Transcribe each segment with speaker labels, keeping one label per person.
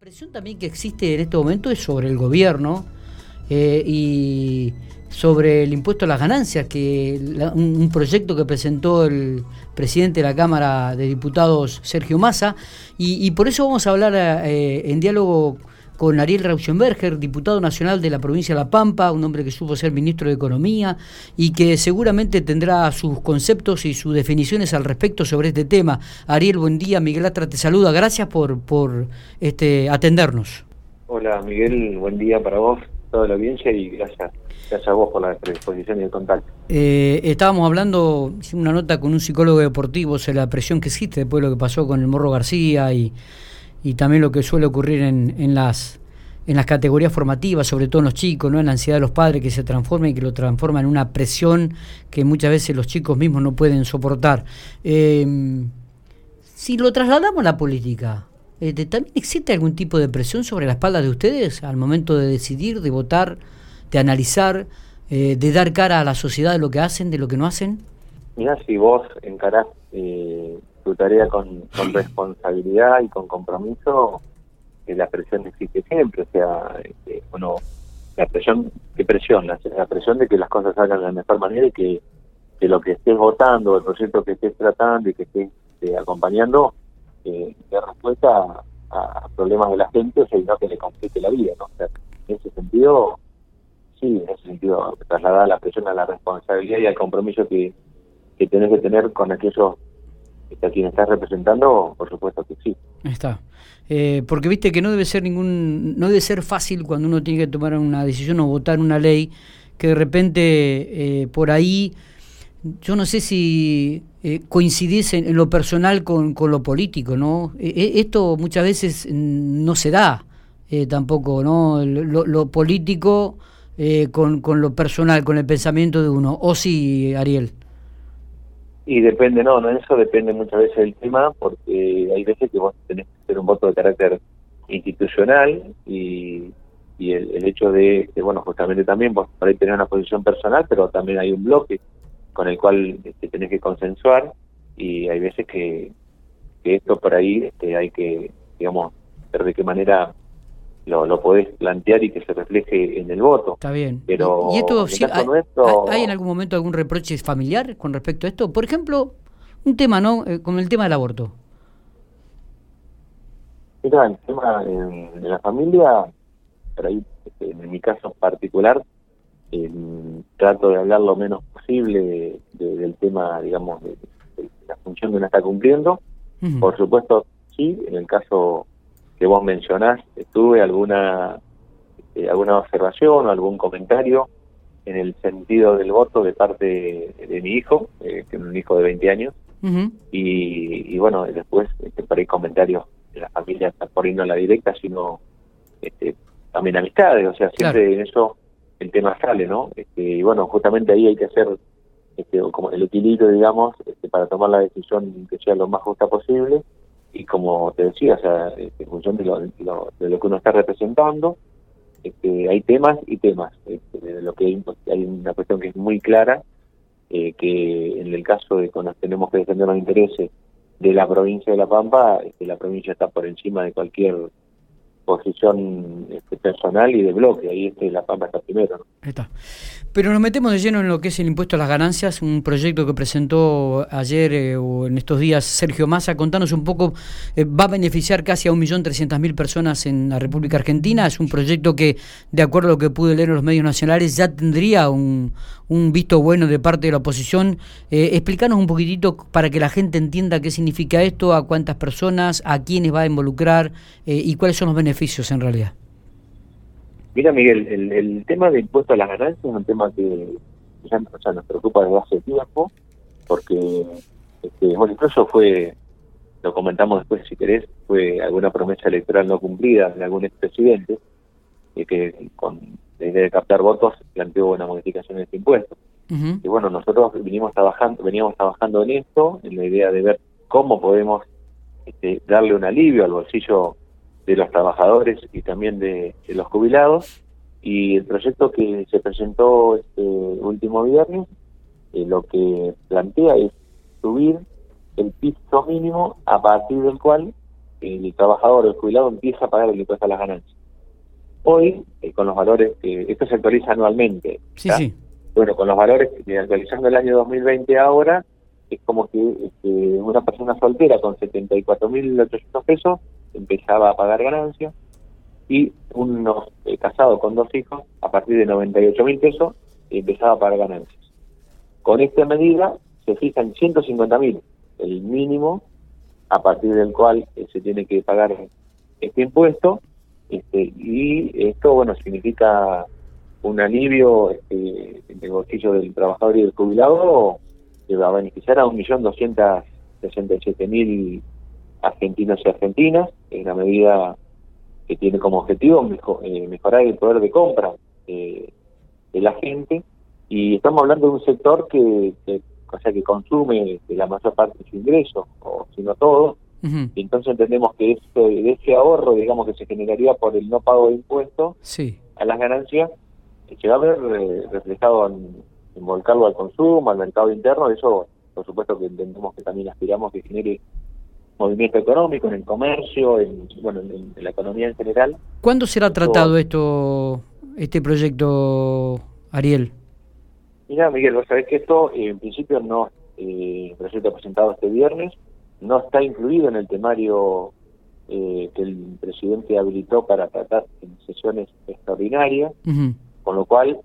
Speaker 1: presión también que existe en este momento es sobre el gobierno y sobre el impuesto a las ganancias, un proyecto que presentó el presidente de la Cámara de Diputados, Sergio Massa, y por eso vamos a hablar en diálogo con Ariel Rauschenberger, diputado nacional de la provincia de La Pampa, un hombre que supo ser ministro de Economía y que seguramente tendrá sus conceptos y sus definiciones al respecto sobre este tema. Ariel, buen día. Miguel Atra te saluda. Gracias por atendernos.
Speaker 2: Hola Miguel, buen día para vos, toda la audiencia, y gracias a vos por la predisposición y el contacto.
Speaker 1: Estábamos hablando, hicimos una nota con un psicólogo deportivo sobre la presión que existe después de lo que pasó con el Morro García y también lo que suele ocurrir en las categorías formativas, sobre todo en los chicos, ¿no? En la ansiedad de los padres que se transforma y que lo transforma en una presión que muchas veces los chicos mismos no pueden soportar. Si lo trasladamos a la política, ¿también existe algún tipo de presión sobre la espalda de ustedes al momento de decidir, de votar, de analizar, de dar cara a la sociedad de lo que hacen, de lo que no hacen?
Speaker 2: Mirá, si vos encarás tu tarea con responsabilidad y con compromiso, la presión existe siempre. O sea, la presión, ¿qué presión? La presión de que las cosas salgan de la mejor manera y que lo que estés votando, el proyecto que estés tratando y que estés acompañando, dé respuesta a problemas de la gente, o sea, y no que le complique la vida, ¿no? O sea, en ese sentido, trasladar la presión a la responsabilidad y al compromiso que tenés que tener con aquellos a quien estás representando, por supuesto que sí.
Speaker 1: Está. Porque viste que no debe ser fácil cuando uno tiene que tomar una decisión o votar una ley, que de repente por ahí, yo no sé si coincidís en lo personal con lo político, ¿no? Esto muchas veces no se da tampoco, ¿no? Lo político con lo personal, con el pensamiento de uno. ¿O sí, Ariel?
Speaker 2: Y depende, eso depende muchas veces del tema, porque hay veces que vos tenés que hacer un voto de carácter institucional y el hecho de justamente también vos por ahí tenés una posición personal, pero también hay un bloque con el cual tenés que consensuar, y hay veces que esto por ahí hay que, digamos, ver de qué manera lo podés plantear y que se refleje en el voto.
Speaker 1: Está bien.
Speaker 2: Pero
Speaker 1: ¿Y esto
Speaker 2: ¿hay
Speaker 1: en algún momento algún reproche familiar con respecto a esto? Por ejemplo, un tema, ¿no? Con el tema del aborto.
Speaker 2: Mira, el tema de la familia, por ahí, en mi caso particular, trato de hablar lo menos posible del tema, digamos, de la función que uno está cumpliendo. Uh-huh. Por supuesto, sí, en el caso que vos mencionás, tuve alguna observación o algún comentario en el sentido del voto de parte de mi hijo, que es un hijo de 20 años, uh-huh. y después por ahí comentarios de la familia, por ahí no la directa, sino también amistades, o sea, siempre claro. En eso el tema sale, ¿no? Y justamente ahí hay que hacer como el equilibrio, digamos, para tomar la decisión que sea lo más justa posible. Y como te decía, o sea, en función de lo que uno está representando, hay temas y temas. De lo que hay una cuestión que es muy clara, que en el caso de cuando tenemos que defender los intereses de la provincia de La Pampa, la provincia está por encima de cualquier posición personal y de bloque. Ahí La Pampa está primero, ¿no?
Speaker 1: Está. Pero nos metemos de lleno en lo que es el impuesto a las ganancias, un proyecto que presentó ayer o en estos días Sergio Massa. Contanos un poco, va a beneficiar casi a 1.300.000 personas en la República Argentina. Es un proyecto que, de acuerdo a lo que pude leer en los medios nacionales, ya tendría un visto bueno de parte de la oposición. Explícanos un poquitito para que la gente entienda qué significa esto, a cuántas personas, a quiénes va a involucrar y cuáles son los beneficios en realidad.
Speaker 2: Mira, Miguel, el tema de impuesto a las ganancias es un tema que ya nos preocupa desde hace tiempo, porque incluso lo comentamos después si querés, fue alguna promesa electoral no cumplida de algún expresidente que con la idea de captar votos planteó una modificación de este impuesto. Uh-huh. Y nosotros veníamos trabajando en esto, en la idea de ver cómo podemos darle un alivio al bolsillo de los trabajadores y también de los jubilados, y el proyecto que se presentó este último viernes lo que plantea es subir el piso mínimo a partir del cual el trabajador o el jubilado empieza a pagar el impuesto a las ganancias. Hoy, con los valores, esto se actualiza anualmente,
Speaker 1: Sí,
Speaker 2: ¿tá?
Speaker 1: sí.
Speaker 2: Bueno, con los valores, actualizando el año 2020 ahora, es como que una persona soltera con 74.800 pesos empezaba a pagar ganancias, y uno casado con 2 hijos, a partir de 98.000 pesos, empezaba a pagar ganancias. Con esta medida se fija en 150.000 el mínimo a partir del cual se tiene que pagar este impuesto, y esto, bueno, significa un alivio en el bolsillo del trabajador y del jubilado, que va a beneficiar a 1.267.000 argentinos y argentinas. Es una medida que tiene como objetivo mejorar el poder de compra de la gente, y estamos hablando de un sector que consume la mayor parte de su ingreso, o si no todo.
Speaker 1: Ujú.
Speaker 2: Y entonces entendemos que de ese ahorro, digamos, que se generaría por el no pago de impuestos
Speaker 1: Sí.
Speaker 2: a las ganancias, se va a ver reflejado en volcarlo al consumo, al mercado interno. Eso, por supuesto, que entendemos que también aspiramos que genere movimiento económico en el comercio, en la economía en general.
Speaker 1: ¿Cuándo será tratado este proyecto, Ariel?
Speaker 2: Mira, Miguel, vos sabés que esto, en principio, no, el proyecto presentado este viernes no está incluido en el temario que el presidente habilitó para tratar en sesiones extraordinarias,
Speaker 1: Uh-huh.
Speaker 2: con lo cual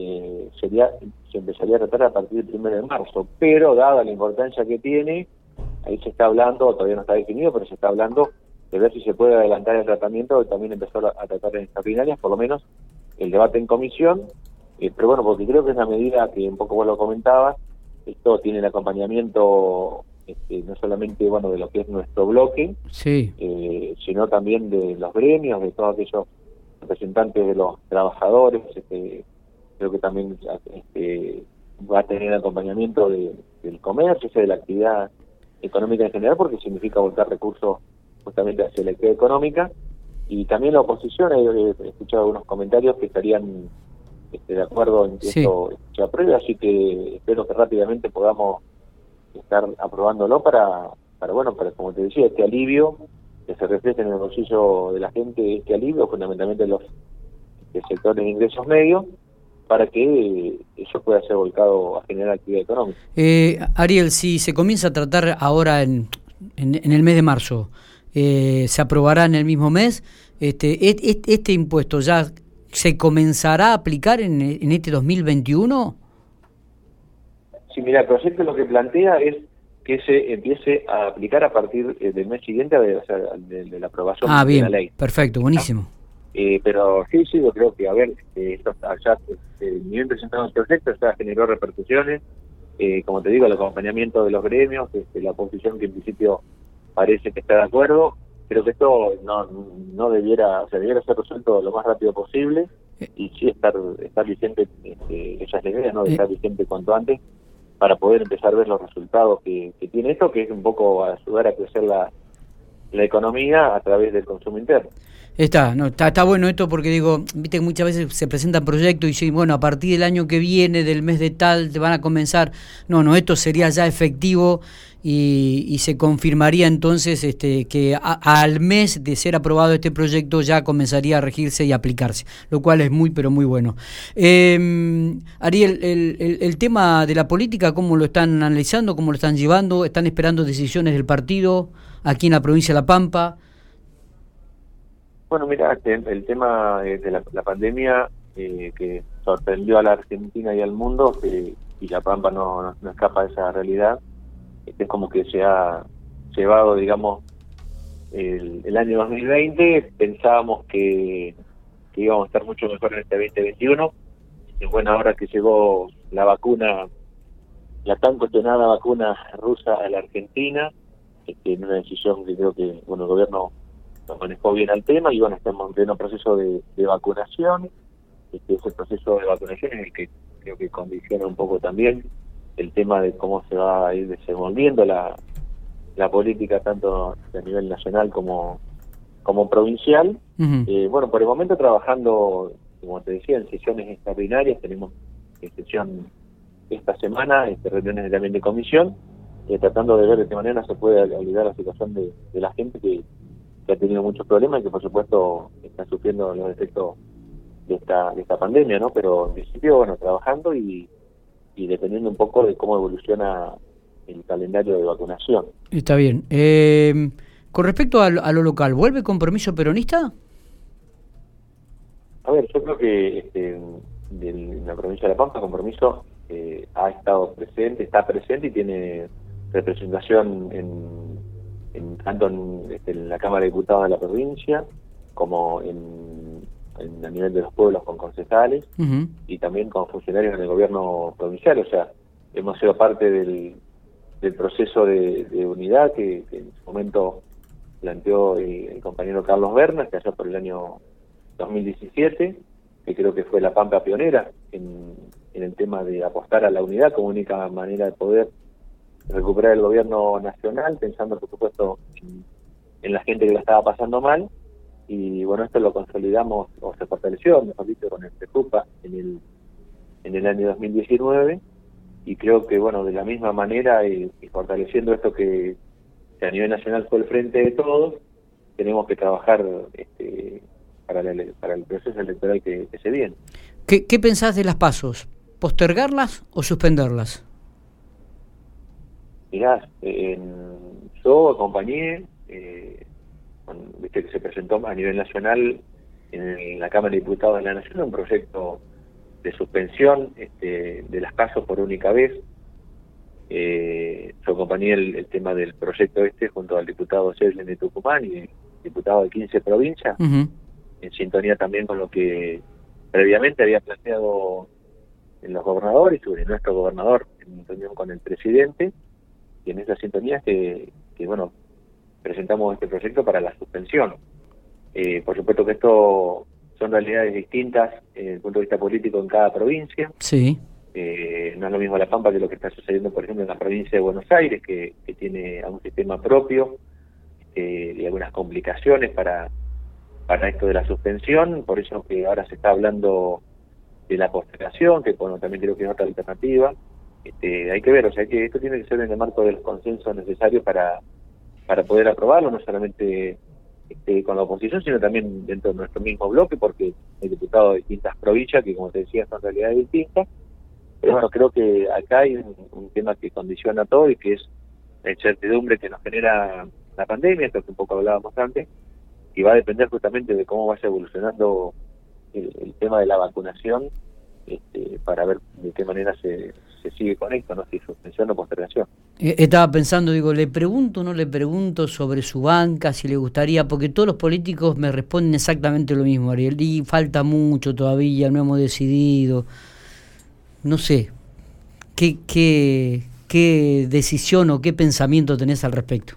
Speaker 2: se empezaría a tratar a partir del 1 de marzo, pero dada la importancia que tiene, ahí se está hablando, todavía no está definido, pero se está hablando de ver si se puede adelantar el tratamiento, y también empezar a tratar en extraordinarias, por lo menos el debate en comisión. Pero bueno, porque creo que es una medida que un poco vos lo comentabas, esto tiene el acompañamiento no solamente de lo que es nuestro bloque,
Speaker 1: Sí.
Speaker 2: sino también de los gremios, de todos aquellos representantes de los trabajadores. Creo que también va a tener acompañamiento del comercio, de la actividad económica en general, porque significa volcar recursos justamente hacia la actividad económica. Y también la oposición, he escuchado algunos comentarios que estarían de acuerdo en que esto se apruebe, así que espero que rápidamente podamos estar aprobándolo para como te decía, este alivio que se refleje en el bolsillo de la gente, este alivio fundamentalmente de los sectores de ingresos medios, para que eso pueda ser volcado a generar actividad económica.
Speaker 1: Ariel, si se comienza a tratar ahora en el mes de marzo, ¿se aprobará en el mismo mes? ¿Este impuesto ya se comenzará a aplicar en este 2021?
Speaker 2: Sí, mira, el proyecto lo que plantea es que se empiece a aplicar a partir del mes siguiente de la aprobación de la ley.
Speaker 1: Perfecto, buenísimo.
Speaker 2: Pero sí, yo creo que, esto ya, el nivel presentado en el proyecto ya generó repercusiones, como te digo, el acompañamiento de los gremios, la oposición que en principio parece que está de acuerdo. Creo que esto no debiera ser resuelto lo más rápido posible, y sí estar vigente, esa es la idea, ¿no? De estar vigente cuanto antes, para poder empezar a ver los resultados que tiene esto, que es un poco ayudar a crecer la economía a través del consumo interno.
Speaker 1: Está bueno esto, porque digo, viste que muchas veces se presentan proyectos y dicen, bueno, a partir del año que viene, del mes de tal, te van a comenzar. No, esto sería ya efectivo, y se confirmaría entonces que al mes de ser aprobado este proyecto ya comenzaría a regirse y aplicarse, lo cual es muy, pero muy bueno. Ariel, el tema de la política, ¿cómo lo están analizando? ¿Cómo lo están llevando? ¿Están esperando decisiones del partido aquí en la provincia de La Pampa?
Speaker 2: Bueno, mira, el tema de la pandemia que sorprendió a la Argentina y al mundo, y La Pampa no escapa de esa realidad. Es como que se ha llevado, digamos, el año 2020, pensábamos que íbamos a estar mucho mejor en este 2021, y bueno, ahora que llegó la vacuna, la tan cuestionada vacuna rusa a la Argentina, en una decisión que creo que, el gobierno lo manejó bien al tema, y estamos en pleno proceso de vacunación. Ese proceso de vacunación es el que creo que condiciona un poco también el tema de cómo se va a ir desenvolviendo la política, tanto a nivel nacional como provincial.
Speaker 1: Uh-huh.
Speaker 2: Por el momento trabajando, como te decía, en sesiones extraordinarias. Tenemos sesión esta semana, reuniones de comisión, tratando de ver de qué manera se puede ayudar la situación de la gente que ha tenido muchos problemas y que por supuesto está sufriendo los efectos de esta pandemia, ¿no? Pero en principio, bueno, trabajando y dependiendo un poco de cómo evoluciona el calendario de vacunación.
Speaker 1: Está bien. Con respecto a lo local, ¿vuelve Compromiso Peronista?
Speaker 2: A ver, yo creo que en la provincia de La Pampa, Compromiso ha estado presente, está presente y tiene representación tanto en la Cámara de Diputados de la provincia como a nivel de los pueblos con concejales y también con funcionarios en el gobierno provincial. O sea, hemos sido parte del proceso de unidad que en su momento planteó el compañero Carlos Bernas, que allá por el año 2017, que creo que fue La Pampa pionera en el tema de apostar a la unidad como única manera de poder recuperar el gobierno nacional, pensando por supuesto en la gente que la estaba pasando mal. Y bueno, esto lo consolidamos, o se fortaleció, mejor dicho, con el PEJUPA en el año 2019, y creo que bueno, de la misma manera y fortaleciendo esto que a nivel nacional fue el frente de todos, tenemos que trabajar para el proceso electoral que se viene.
Speaker 1: ¿Qué pensás de las PASOs? ¿Postergarlas o suspenderlas?
Speaker 2: Mirá, yo acompañé, viste que se presentó a nivel nacional en la Cámara de Diputados de la Nación un proyecto de suspensión de las PASO por única vez. Yo acompañé el tema del proyecto junto al diputado Sedlen de Tucumán y el diputado de 15 provincias, en sintonía también con lo que previamente había planteado en los gobernadores sobre nuestro gobernador en reunión con el presidente, y en esa sintonía que bueno, presentamos este proyecto para la suspensión. Por supuesto que esto son realidades distintas desde el punto de vista político en cada provincia.
Speaker 1: Sí.
Speaker 2: No es lo mismo La Pampa que lo que está sucediendo, por ejemplo, en la provincia de Buenos Aires, que tiene un sistema propio y algunas complicaciones para esto de la suspensión. Por eso que ahora se está hablando de la postergación, que bueno, también creo que es otra alternativa. Hay que ver, o sea, que esto tiene que ser en el marco de los consensos necesarios para poder aprobarlo, no solamente con la oposición, sino también dentro de nuestro mismo bloque, porque hay diputados de distintas provincias que, como te decía, son realidades distintas. Pero bueno, creo que acá hay un tema que condiciona todo y que es la incertidumbre que nos genera la pandemia, esto que un poco hablábamos antes, y va a depender justamente de cómo vaya evolucionando el tema de la vacunación, para ver de qué manera se sigue con esto, ¿no? Si suspensión o postergación.
Speaker 1: Estaba pensando, digo, ¿le pregunto o no le pregunto sobre su banca, si le gustaría? Porque todos los políticos me responden exactamente lo mismo, Ariel, y falta mucho todavía, no hemos decidido. No sé, ¿qué decisión o qué pensamiento tenés al respecto?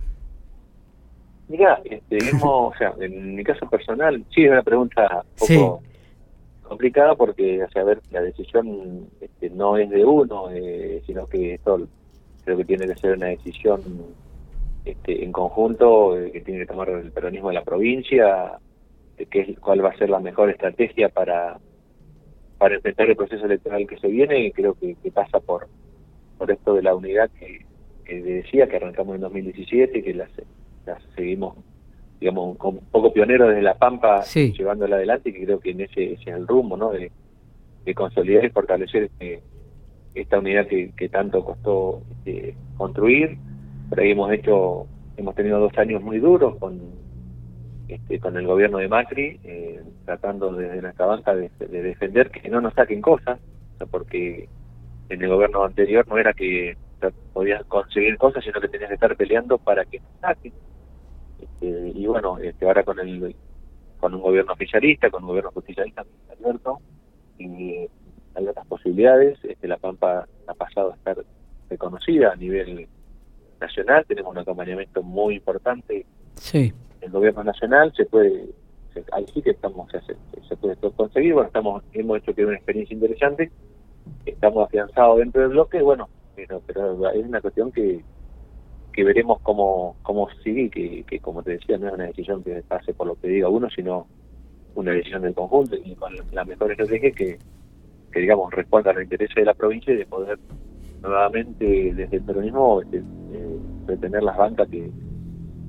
Speaker 2: Mirá, o sea, en mi caso personal, sí es una pregunta un poco complicada porque, o sea, a ver, la decisión no es de uno, sino que esto creo que tiene que ser una decisión en conjunto, que tiene que tomar el peronismo de la provincia, cuál va a ser la mejor estrategia para enfrentar el proceso electoral que se viene, y creo que pasa por esto de la unidad que decía, que arrancamos en 2017 y que las seguimos, digamos, un poco pioneros desde La Pampa, llevándola adelante, y que creo que ese es el rumbo, ¿no? De consolidar y fortalecer esta unidad que tanto costó construir. Por ahí hemos tenido 2 años muy duros con el gobierno de Macri, tratando desde nuestra banca de defender que no nos saquen cosas, o sea, porque en el gobierno anterior no era que podías conseguir cosas, sino que tenías que estar peleando para que nos saquen. Y bueno, ahora con un gobierno oficialista, con un gobierno justicialista abierto, y hay otras posibilidades. La Pampa ha pasado a estar reconocida a nivel nacional, tenemos un acompañamiento muy importante.
Speaker 1: Sí.
Speaker 2: El gobierno nacional ahí sí que se puede conseguir. Bueno, hemos hecho que una experiencia interesante, estamos afianzados dentro del bloque, bueno, pero es una cuestión que veremos cómo sigue, que como te decía, no es una decisión que pase por lo que diga uno, sino una decisión del conjunto, y con la mejor estrategia que digamos responda a los intereses de la provincia y de poder nuevamente desde el peronismo retener las bancas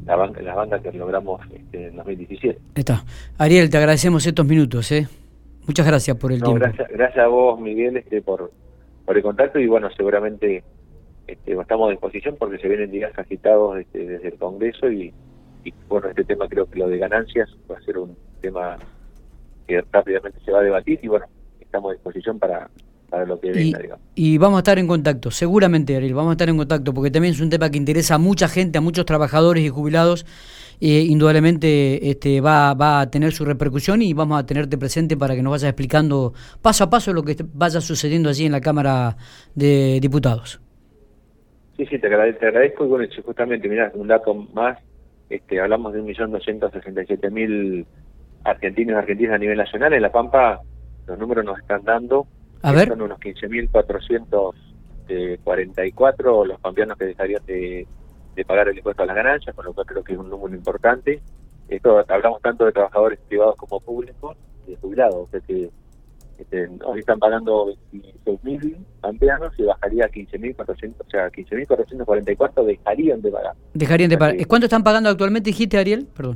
Speaker 2: las bandas que logramos en 2017.
Speaker 1: Está. Ariel, te agradecemos estos minutos, ¿eh? Muchas gracias por el tiempo.
Speaker 2: Gracias a vos, Miguel, por el contacto, y bueno, seguramente estamos a disposición porque se vienen días agitados desde el Congreso y bueno, este tema, creo que lo de ganancias va a ser un tema que rápidamente se va a debatir, y bueno, estamos a disposición para lo que venga, digamos. Y
Speaker 1: vamos a estar en contacto, seguramente, Ariel, vamos a estar en contacto, porque también es un tema que interesa a mucha gente, a muchos trabajadores y jubilados. Indudablemente va a tener su repercusión, y vamos a tenerte presente para que nos vayas explicando paso a paso lo que vaya sucediendo allí en la Cámara de Diputados.
Speaker 2: Sí, te agradezco, y bueno, justamente, mirá, un dato más, hablamos de 1.267.000 argentinos y argentinas a nivel nacional. En La Pampa los números nos están dando, son unos 15.444 los pampeanos que dejarían de pagar el impuesto a las ganancias, con lo cual creo que es un número importante. Esto hablamos tanto de trabajadores privados como públicos y de jubilados, o sea que hoy están pagando 26.000 pampeanos y bajaría a 15.400, o sea, 15.444 dejarían de pagar.
Speaker 1: Dejarían de pagar. ¿Cuánto están pagando actualmente, dijiste, Ariel? Perdón.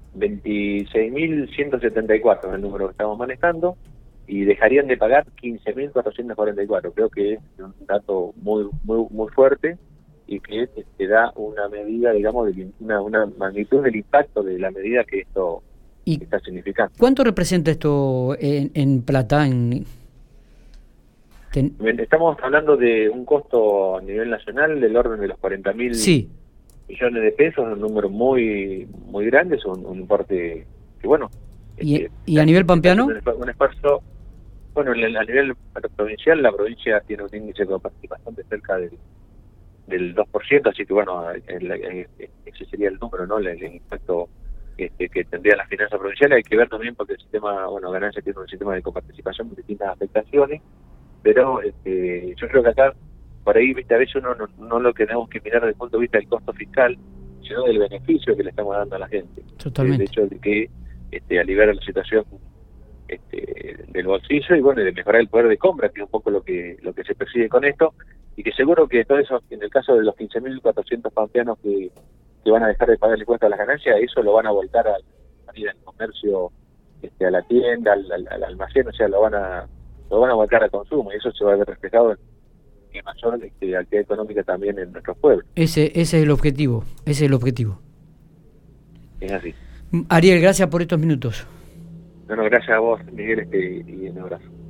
Speaker 2: 26.174 es el número que estamos manejando, y dejarían de pagar 15.444. Creo que es un dato muy fuerte, y que te da una medida, digamos, una magnitud del impacto de la medida que esto está significando.
Speaker 1: ¿Cuánto representa esto en plata?
Speaker 2: Estamos hablando de un costo a nivel nacional del orden de los 40.000 millones de pesos, un número muy grande, es un importe que, bueno...
Speaker 1: ¿Y a nivel pampeano?
Speaker 2: Un esfuerzo... Bueno, a nivel provincial, la provincia tiene un índice de participación de cerca del 2%, así que bueno, ese sería el número, ¿no? El impacto que tendría la finanza provincial. Hay que ver también, porque el sistema, ganancia tiene un sistema de coparticipación con distintas afectaciones, pero yo creo que acá, por ahí, a veces uno no lo tenemos que mirar desde el punto de vista del costo fiscal, sino del beneficio que le estamos dando a la gente.
Speaker 1: Totalmente.
Speaker 2: El hecho de que aliviar la situación del bolsillo, y bueno, de mejorar el poder de compra, que es un poco lo que se persigue con esto, y que seguro que todo eso, en el caso de los 15.400 pampeanos que van a dejar de pagar el impuesto a las ganancias, eso lo van a volcar al comercio, a la tienda, al almacén, o sea, lo van a volcar al consumo, y eso se va a ver reflejado en mayor actividad económica también en nuestros pueblos.
Speaker 1: Ese es el objetivo, Es
Speaker 2: así.
Speaker 1: Ariel, gracias por estos minutos.
Speaker 2: Bueno, gracias a vos, Miguel, y un abrazo.